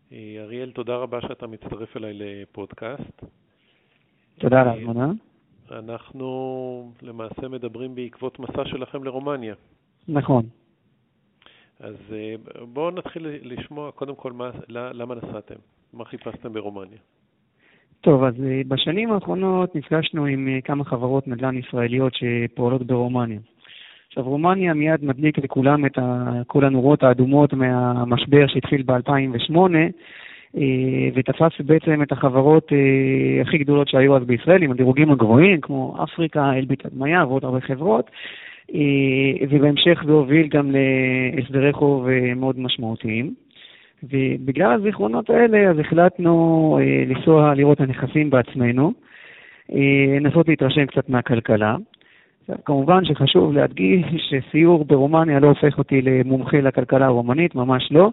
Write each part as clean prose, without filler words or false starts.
אריאל, תודה רבה שאתה מצטרף אליי לפודקאסט. תודה על ההזמנה. אנחנו למעשה מדברים בעקבות מסע שלכם לרומניה. נכון. אז בואו נתחיל לשמוע קודם כל למה נסעתם, מה חיפשתם ברומניה. טוב, אז בשנים האחרונות נפגשנו עם כמה חברות נדל"ן ישראליות שפועלות ברומניה. עכשיו, רומניה מיד מדליק לכולם את כל הנורות האדומות מהמשבר שהתחיל ב-2008, ותפס בעצם את החברות הכי גדולות שהיו אז בישראל, עם הדירוגים הגבוהים, כמו אפריקה, אלביט הדמיה ועוד הרבה חברות, ובהמשך זה הוביל גם להסדרי חוב מאוד משמעותיים. ובגלל הזיכרונות האלה, אז החלטנו לנסוע לראות הנכסים בעצמנו, לנסות להתרשם קצת מהכלכלה. כמובן שחשוב להדגיש שסיור ברומניה לא הופך אותי למומחה לכלכלה הרומנית, ממש לא.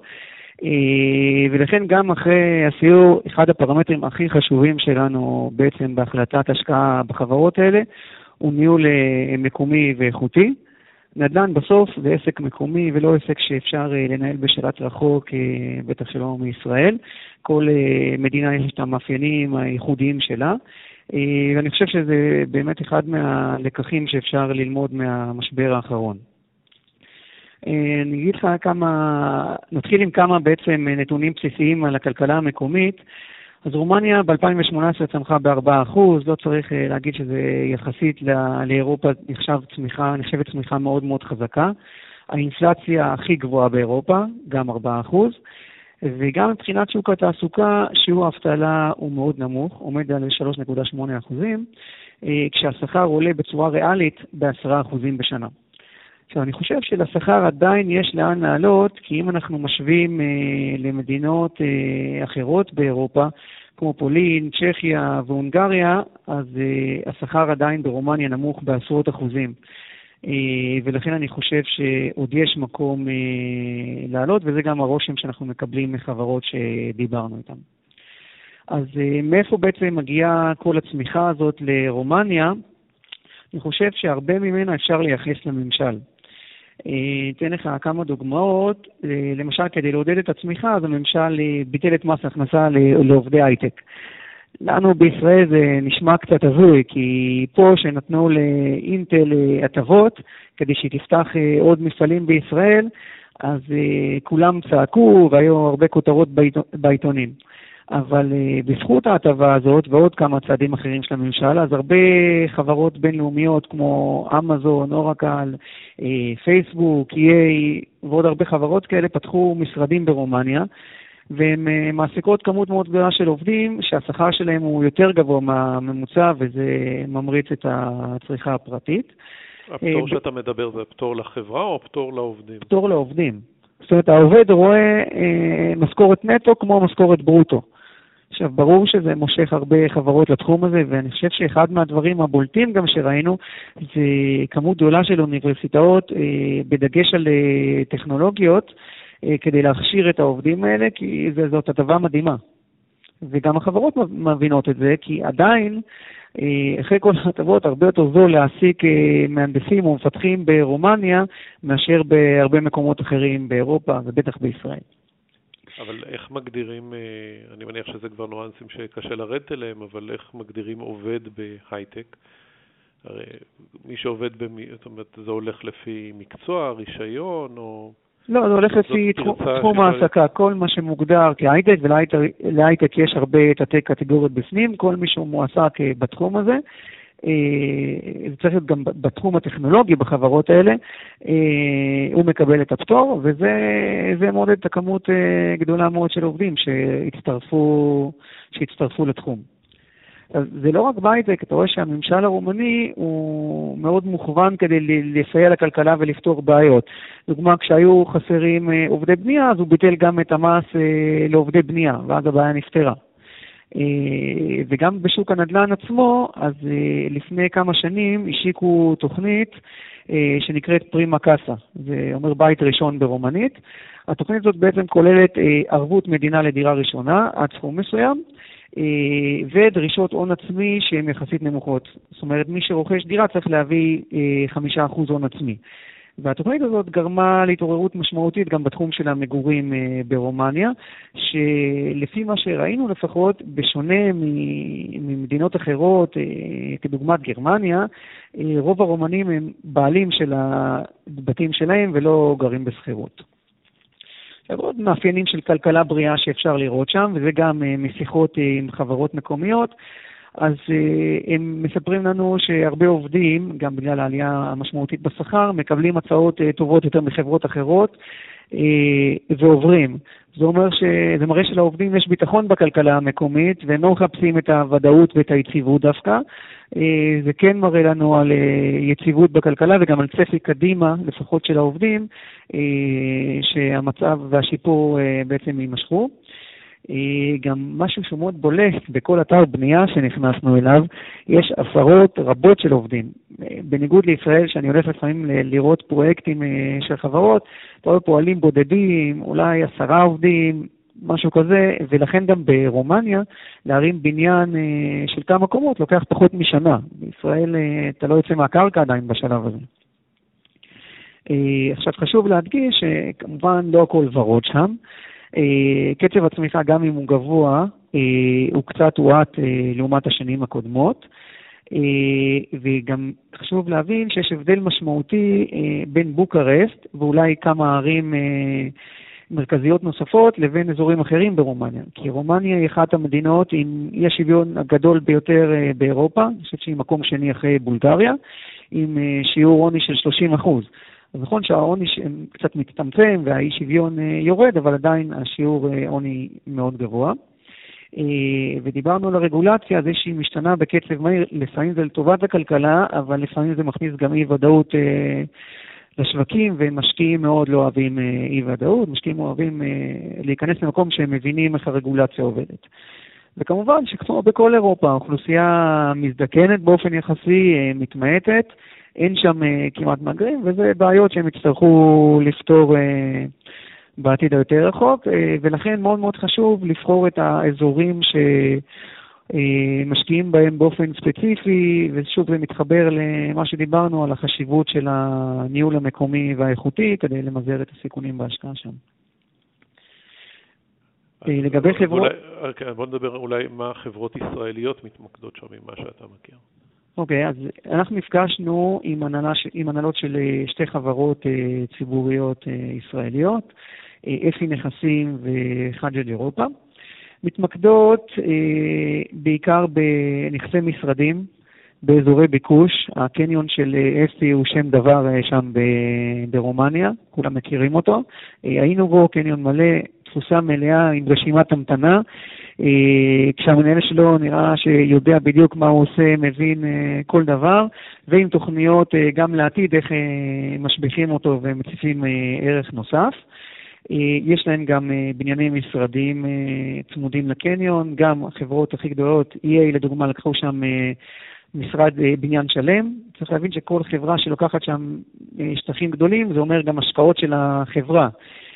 ולכן גם אחרי הסיור, אחד הפרמטרים הכי חשובים שלנו בעצם בהחלטת השקעה בחברות האלה, הוא ניהול מקומי ואיכותי. נדל"ן בסוף זה עסק מקומי ולא עסק שאפשר לנהל בשלט רחוק, בטח שלא מישראל. כל מדינה יש את המאפיינים הייחודיים שלה. ואני חושב שזה באמת אחד מהלקחים שאפשר ללמוד מהמשבר האחרון. אני אגיד לך נתחיל עם כמה בעצם נתונים בסיסיים על הכלכלה המקומית. אז רומניה ב-2018 צמחה ב4%, לא צריך להגיד שזה יחסית לאירופה נחשבת צמיחה מאוד מאוד חזקה. האינפלציה הכי גבוהה באירופה, גם 4%. וגם מבחינת שוק התעסוקה, שיעור האבטלה הוא מאוד נמוך, עומד על 3.8%, כשהשכר עולה בצורה ריאלית ב10% בשנה. עכשיו, אני חושב שלשכר עדיין יש לאן לעלות, כי אם אנחנו משווים למדינות אחרות באירופה, כמו פולין, צ'כיה והונגריה, אז השכר עדיין ברומניה נמוך בעשרות אחוזים. ולכן אני חושב שעוד יש מקום לעלות, וזה גם הרושם שאנחנו מקבלים מחברות שדיברנו איתן. אז מאיפה בעצם מגיעה כל הצמיחה הזאת לרומניה? אני חושב שהרבה ממנה אפשר לייחס לממשל. אתן לך כמה דוגמאות. למשל, כדי לעודד את הצמיחה, אז הממשל ביטל את מס הכנסה לעובדי הייטק. לנו בישראל זה נשמע קצת הזוי, כי פה שנתנו לאינטל הטבות, כדי שהיא תפתח עוד מפעלים בישראל, אז כולם צעקו והיו הרבה כותרות בעיתונים. אבל בזכות ההטבה הזאת ועוד כמה צעדים אחרים של הממשל, אז הרבה חברות בינלאומיות כמו אמזון, אורקל, פייסבוק, EA ועוד הרבה חברות כאלה פתחו משרדים ברומניה, והן מעסיקות כמות מאוד גדולה של עובדים שהשכר שלהם הוא יותר גבוה מהממוצע, וזה ממריץ את הצריכה הפרטית. הפטור שאתה מדבר זה פטור לחברה או פטור לעובדים? פטור לעובדים. זאת אומרת, העובד רואה משכורת נטו כמו משכורת ברוטו. עכשיו, ברור שזה מושך הרבה חברות לתחום הזה, ואני חושב שאחד מהדברים הבולטים גם שראינו, זה כמות גדולה של אוניברסיטאות, בדגש על טכנולוגיות, כדי להכשיר את העובדים האלה, כי זאת הטבה מדהימה. וגם החברות מבינות את זה, כי עדיין, אחרי כל ההטבות, הרבה יותר זול להעסיק מהנדסים או מפתחים ברומניה, מאשר בהרבה מקומות אחרים באירופה, ובטח בישראל. אבל איך מגדירים, אני מניח שזה כבר נואנסים שקשה לרדת אליהם, אבל איך מגדירים עובד בהייטק? הרי מי שעובד, זאת אומרת, זה הולך לפי מקצוע, רישיון, או... לא, זה הולך לפי תחום העסקה, כל מה שמוגדר כהייטק, ולהייטק יש הרבה תתי קטגוריות בפנים, כל מי שהוא מועסק בתחום הזה, זה צריך להיות גם בתחום הטכנולוגי בחברות האלה, הוא מקבל את הפטור, וזה מודד את הכמות גדולה מאוד של עובדים שהצטרפו לתחום. אז זה לא רק בהייטק, אתה רואה שהממשל הרומני הוא מאוד מוכוון כדי לסייע לכלכלה ולפתור בעיות. דוגמה, כשהיו חסרים עובדי בנייה, אז הוא ביטל גם את המס לעובדי בנייה, ואז הבעיה נפתרה. וגם בשוק הנדל"ן עצמו, אז לפני כמה שנים השיקו תוכנית שנקראת פרימה קאסה, זה אומר בית ראשון ברומנית. התוכנית הזאת בעצם כוללת ערבות מדינה לדירה ראשונה, עד סכום מסוים, ודרישות הון עצמי שהן יחסית נמוכות. זאת אומרת, מי שרוכש דירה צריך להביא 5% הון עצמי. והתוכנית הזאת גרמה להתעוררות משמעותית גם בתחום של המגורים ברומניה, שלפי מה שראינו לפחות, בשונה ממדינות אחרות, כדוגמת גרמניה, רוב הרומנים הם בעלים של הבתים שלהם ולא גרים בשכירות. עוד מאפיינים של כלכלה בריאה שאפשר לראות שם, וזה גם משיחות עם חברות מקומיות. אז הם מספרים לנו שהרבה עובדים, גם בגלל העלייה המשמעותית בשכר, מקבלים הצעות טובות יותר מחברות אחרות ועוברים. זה אומר שזה מראה שלעובדים יש ביטחון בכלכלה המקומית, והם לא מחפשים את הוודאות ואת היציבות דווקא. זה כן מראה לנו על יציבות בכלכלה וגם על צפי קדימה, לפחות של העובדים, שהמצב והשיפור בעצם יימשכו. גם משהו שמאוד בולט בכל אתר בנייה שנכנסנו אליו, יש עשרות רבות של עובדים. בניגוד לישראל, שאני הולך לפעמים לראות פרויקטים של חברות, פועלים בודדים, אולי 10 עובדים, משהו כזה, ולכן גם ברומניה, להרים בניין של כמה קומות לוקח פחות משנה. בישראל אתה לא יוצא מהקרקע עדיין בשלב הזה. עכשיו חשוב להדגיש שכמובן לא הכל ורוד שם. קצב הצמיחה, גם אם הוא גבוה, הוא קצת הועט לעומת השנים הקודמות, וגם חשוב להבין שיש הבדל משמעותי בין בוקרשט ואולי כמה ערים מרכזיות נוספות לבין אזורים אחרים ברומניה. כי רומניה היא אחת המדינות עם אי השוויון הגדול ביותר באירופה, אני חושב שהיא מקום שני אחרי בולגריה, עם שיעור עוני של 30%. אז נכון שהעוני קצת מצטמצם והאי שוויון יורד, אבל עדיין השיעור עוני מאוד גבוה. ודיברנו על הרגולציה, זה שהיא משתנה בקצב מהיר, לפעמים זה לטובת הכלכלה, אבל לפעמים זה מכניס גם אי ודאות לשווקים, ומשקיעים מאוד לא אוהבים אי ודאות, משקיעים אוהבים להיכנס למקום שהם מבינים איך הרגולציה עובדת. וכמובן שכמו בכל אירופה, האוכלוסייה מזדקנת באופן יחסי, מתמעטת, אין שם כמעט מהגרים, וזה בעיות שהם יצטרכו לפתור בעתיד היותר רחוק, ולכן מאוד מאוד חשוב לבחור את האזורים שמשקיעים בהם באופן ספציפי, ושוב זה מתחבר למה שדיברנו על החשיבות של הניהול המקומי והאיכותי, כדי למזער את הסיכונים בהשקעה שם. לגבי חברות... בוא נדבר אולי מה חברות ישראליות מתמקדות שם ממה שאתה מכיר. אוקיי, אז אנחנו נפגשנו עם הנהלות של שתי חברות ציבוריות ישראליות, אפי נכסים וחג'ל אירופה, מתמקדות בעיקר בנכסי משרדים, באזורי ביקוש. הקניון של אפי הוא שם דבר שם ברומניה, כולם מכירים אותו. היינו בו קניון מלא, תפוסה מלאה עם רשימת המתנה, כשהמנהל שלו נראה שיודע בדיוק מה הוא עושה, מבין כל דבר, ועם תוכניות גם לעתיד איך משביחים אותו ומציפים ערך נוסף. יש להם גם בנייני משרדים צמודים לקניון, גם החברות הכי גדולות, EA לדוגמה, לקחו שם משרד בניין שלם. צריך להבין שכל חברה שלוקחת שם שטחים גדולים, זה אומר גם השקעות של החברה.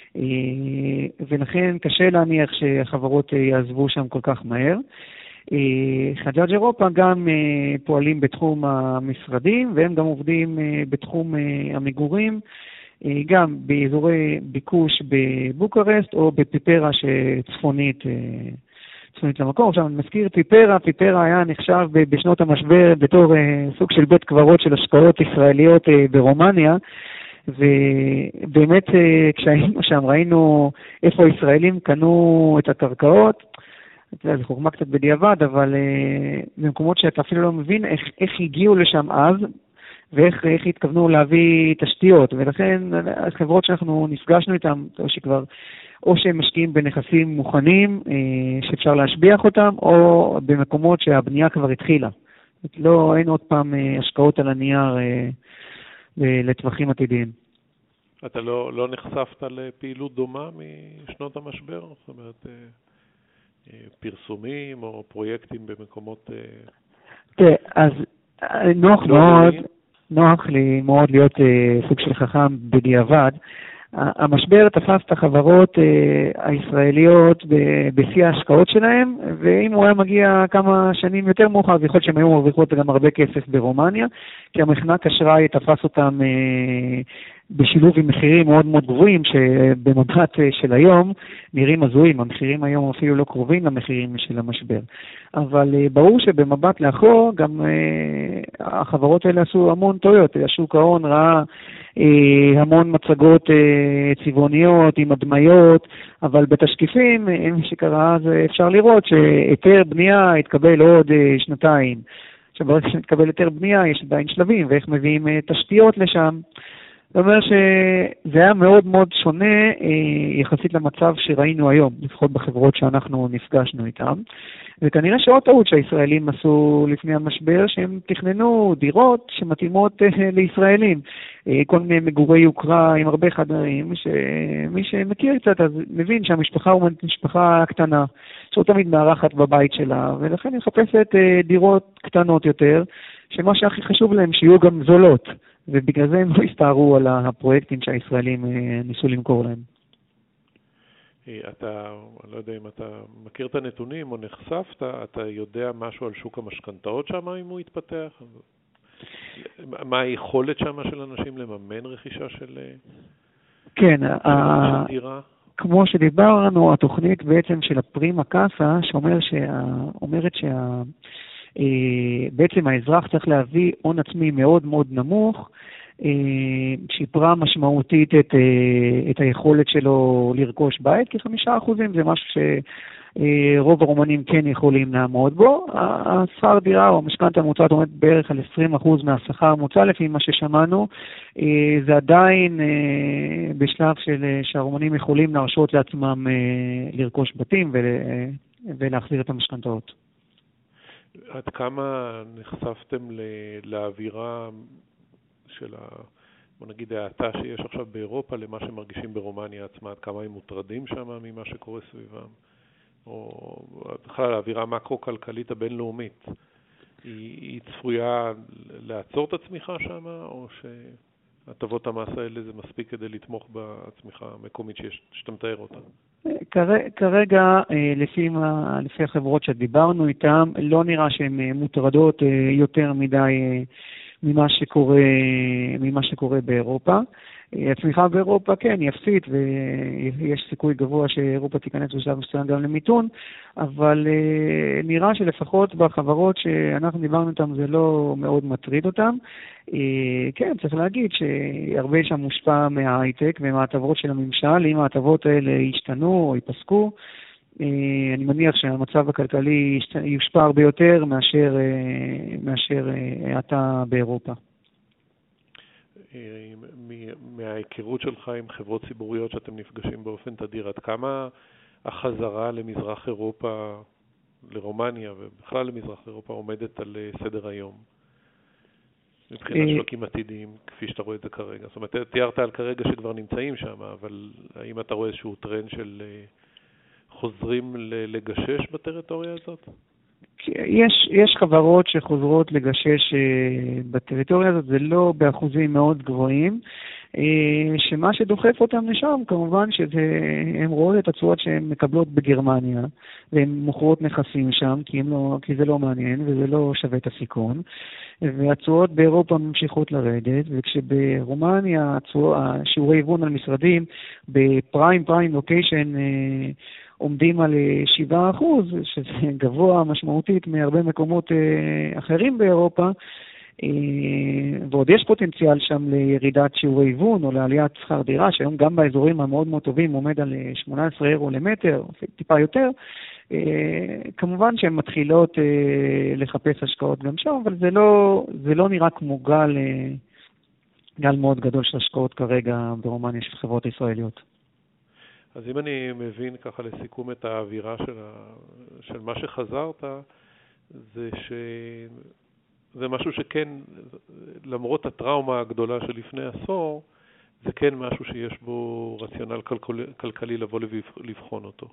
ולכן קשה להניח שהחברות יעזבו שם כל כך מהר. חג'אג' אירופה גם פועלים בתחום המשרדים, והם גם עובדים בתחום המגורים, גם באזורי ביקוש בבוקרשט או בפיפרה שצפונית למקום. עכשיו אני מזכיר פיפרה היה נחשב בשנות המשבר בתור סוג של בית קברות של השקעות ישראליות ברומניה, ובאמת כשהיינו שם ראינו איפה הישראלים קנו את הקרקעות. זה חוכמה קצת בדיעבד, אבל במקומות שאתה אפילו לא מבין איך הגיעו לשם אז, ואיך התכוונו להביא תשתיות. ולכן החברות שאנחנו נפגשנו איתן, או שהם משקיעים בנכסים מוכנים שאפשר להשביח אותם, או במקומות שהבנייה כבר התחילה. אין עוד פעם השקעות על הנייר לטווחים עתידיים. אתה לא נחשפת לפעילות דומה משנות המשבר? זאת אומרת, פרסומים או פרויקטים במקומות... תראה, אז נוח לי מאוד להיות סוג של חכם בדיעבד. המשבר תפס את החברות הישראליות בשיא ההשקעות שלהם, ואם הוא היה מגיע כמה שנים יותר מאוחר, אז יכול להיות שהם היו מרוויחות גם הרבה כסף ברומניה, כי המחנק אשראי תפס אותם בשילוב עם מחירים מאוד מאוד גבוהים, שבמבט של היום נראים הזויים. המחירים היום אפילו לא קרובים למחירים של המשבר. אבל ברור שבמבט לאחור גם החברות האלה עשו המון טעויות. השוק ההון ראה המון מצגות צבעוניות עם הדמיות, אבל בתשקיפים, מה שקרה, אז אפשר לראות שהיתר בנייה התקבל עוד שנתיים. עכשיו, ברגע שנתקבל היתר בנייה, יש עדיין שלבים, ואיך מביאים תשתיות לשם. זאת אומרת שזה היה מאוד מאוד שונה יחסית למצב שראינו היום, לפחות בחברות שאנחנו נפגשנו איתן. וכנראה שעוד טעות שהישראלים עשו לפני המשבר, שהם תכננו דירות שמתאימות לישראלים. כל מיני מגורי יוקרה עם הרבה חדרים, שמי שמכיר קצת אז מבין שהמשפחה הוא משפחה קטנה, שלא תמיד מארחת בבית שלה, ולכן היא מחפשת דירות קטנות יותר, שמה שהכי חשוב להם שיהיו גם זולות. ובגלל זה הם לא הסתערו על הפרויקטים שהישראלים ניסו למכור להם. אתה, אני לא יודע אם אתה מכיר את הנתונים או נחשפת, אתה יודע משהו על שוק המשכנתאות שם, אם הוא התפתח? מה היכולת שם של אנשים לממן רכישה של כן, דירה? כמו שדיברנו, התוכנית בעצם של הפרימה קאסה, שאומרת בעצם האזרח צריך להביא הון עצמי מאוד מאוד נמוך, שיפרה משמעותית את היכולת שלו לרכוש בית, כי 5% זה משהו שרוב הרומנים כן יכולים לעמוד בו. השכר דירה או המשכנתא הממוצעת עומד בערך על 20% מהשכר הממוצע, לפי מה ששמענו. זה עדיין בשלב שהרומנים יכולים להרשות לעצמם לרכוש בתים ולהחזיר את המשכנתאות. עד כמה נחשפתם לאווירה של בוא נגיד ההאטה שיש עכשיו באירופה למה שמרגישים ברומניה עצמה? עד כמה הם מוטרדים שם ממה שקורה סביבם? או בכלל האווירה המקרו-כלכלית הבינלאומית, היא צפויה לעצור את הצמיחה שם, או שהטבות המס האלה זה מספיק כדי לתמוך בצמיחה המקומית שאתה מתאר אותה? כרגע, לפי החברות שדיברנו איתן, לא נראה שהן מוטרדות יותר מדי ממה שקורה באירופה. הצמיחה באירופה כן, היא אפסית, ויש סיכוי גבוה שאירופה תיכנס בשלב מסוים גם למיתון, אבל נראה שלפחות בחברות שאנחנו דיברנו איתן זה לא מאוד מטריד אותן. כן, צריך להגיד שהרבה שם מושפע מההייטק ומההטבות של הממשל. אם ההטבות האלה ישתנו או ייפסקו, אני מניח שהמצב הכלכלי יושפע הרבה יותר מאשר האטה באירופה. מההיכרות שלך עם חברות ציבוריות שאתם נפגשים באופן תדיר, עד כמה החזרה למזרח אירופה, לרומניה ובכלל למזרח אירופה עומדת על סדר היום? מבחינת שווקים עתידיים, כפי שאתה רואה את זה כרגע. זאת אומרת, תיארת על כרגע שכבר נמצאים שם, אבל האם אתה רואה איזשהו טרנד של חוזרים לגשש בטריטוריה הזאת? יש חברות שחוזרות לגשש בטריטוריה הזאת, זה לא באחוזים מאוד גבוהים, שמה שדוחף אותם לשם, כמובן שהן רואות את התשואות שהן מקבלות בגרמניה, והן מוכרות נכסים שם, כי זה לא מעניין וזה לא שווה את הסיכון, והתשואות באירופה ממשיכות לרדת, וכשברומניה שיעורי היוון על משרדים בפריים לוקיישן עומדים על 7%, שזה גבוה משמעותית מהרבה מקומות אחרים באירופה, ועוד יש פוטנציאל שם לירידת שיעורי היוון או לעליית שכר דירה, שהיום גם באזורים המאוד מאוד טובים עומד על 18 אירו למטר, או טיפה יותר. כמובן שהן מתחילות לחפש השקעות גם שם, אבל זה לא נראה כמו גל מאוד גדול של השקעות כרגע ברומניה של חברות ישראליות. אז אם אני מבין ככה לסיכום את האווירה של מה שחזרת, זה משהו שכן, למרות הטראומה הגדולה של לפני עשור, זה כן משהו שיש בו רציונל כלכלי לבוא לבחון אותו.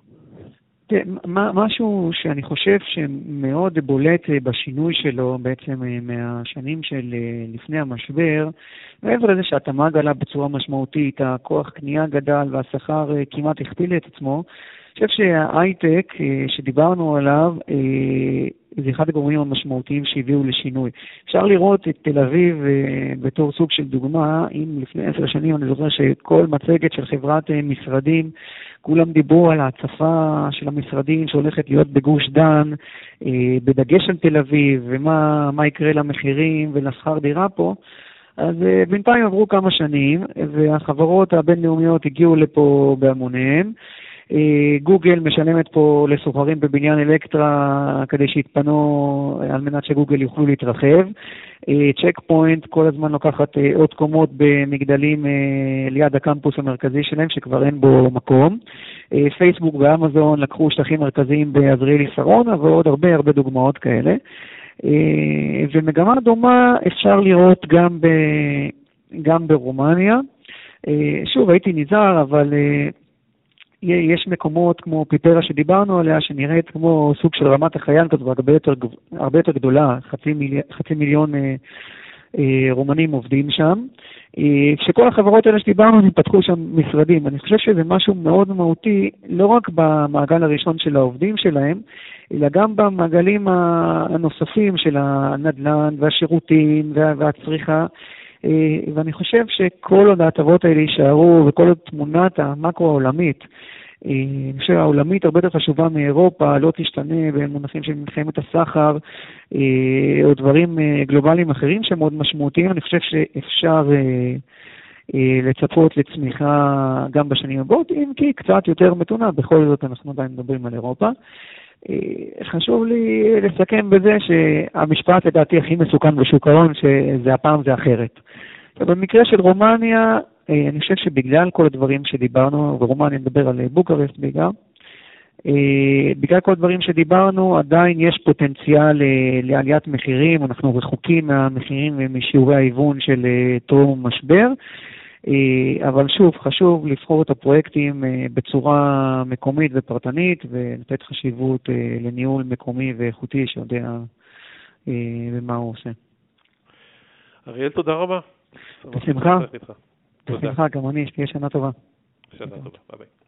משהו שאני חושב שמאוד בולט בשינוי שלו בעצם מהשנים של לפני המשבר, מעבר לזה שהתמ"ג עלה בצורה משמעותית, הכוח קנייה גדל והשכר כמעט הכפיל את עצמו, אני חושב שההייטק שדיברנו עליו זה אחד הגורמים המשמעותיים שהביאו לשינוי. אפשר לראות את תל אביב בתור סוג של דוגמה. אם לפני 10 שנים אני זוכר שכל מצגת של חברת משרדים, כולם דיברו על ההצפה של המשרדים שהולכת להיות בגוש דן, בדגש על תל אביב, ומה יקרה למחירים ולשכר דירה פה. אז בינתיים עברו כמה שנים, והחברות הבינלאומיות הגיעו לפה בהמוניהם. גוגל משלמת פה לסוחרים בבניין אלקטרה כדי שיתפנו על מנת שגוגל יוכלו להתרחב. צ'ק פוינט כל הזמן לוקחת עוד קומות במגדלים ליד הקמפוס המרכזי שלהם שכבר אין בו מקום. פייסבוק ואמזון לקחו שטחים מרכזיים בעזריאלי שרונה ועוד הרבה דוגמאות כאלה. ומגמה דומה אפשר לראות גם ברומניה. שוב, הייתי נזהר, אבל יש מקומות כמו פיפרה שדיברנו עליה, שנראית כמו סוג של רמת החייל כזו, הרבה יותר גדולה, 500,000 רומנים עובדים שם. שכל החברות האלה שדיברנו, הם פתחו שם משרדים. אני חושב שזה משהו מאוד מהותי, לא רק במעגל הראשון של העובדים שלהם, אלא גם במעגלים הנוספים של הנדל"ן והשירותים והצריכה. ואני חושב שכל עוד ההטבות האלה יישארו, וכל עוד תמונת המקרו העולמית, אני חושב העולמית הרבה יותר חשובה מאירופה, לא תשתנה במונחים של מלחמת הסחר, או דברים גלובליים אחרים שמאוד משמעותיים. אני חושב שאפשר לצפות לצמיחה גם בשנים הבאות, אם כי קצת יותר מתונה, בכל זאת אנחנו עדיין מדברים על אירופה. חשוב לי לסכם בזה שהמשפט לדעתי הכי מסוכן בשוק ההון, שזה הפעם זה אחרת. במקרה של רומניה, אני חושב שבגלל כל הדברים שדיברנו, ורומניה נדבר על בוקרשט בעיקר, בגלל כל הדברים שדיברנו, עדיין יש פוטנציאל לעליית מחירים, אנחנו רחוקים מהמחירים ומשיעורי ההיוון של טרום משבר, אבל שוב, חשוב לבחור את הפרויקטים בצורה מקומית ופרטנית, ולתת חשיבות לניהול מקומי ואיכותי שיודע במה הוא עושה. אריאל, תודה רבה. בשמחה. בשמחה, גם אני, שתהיה שנה טובה. שנה טובה, ביי ביי.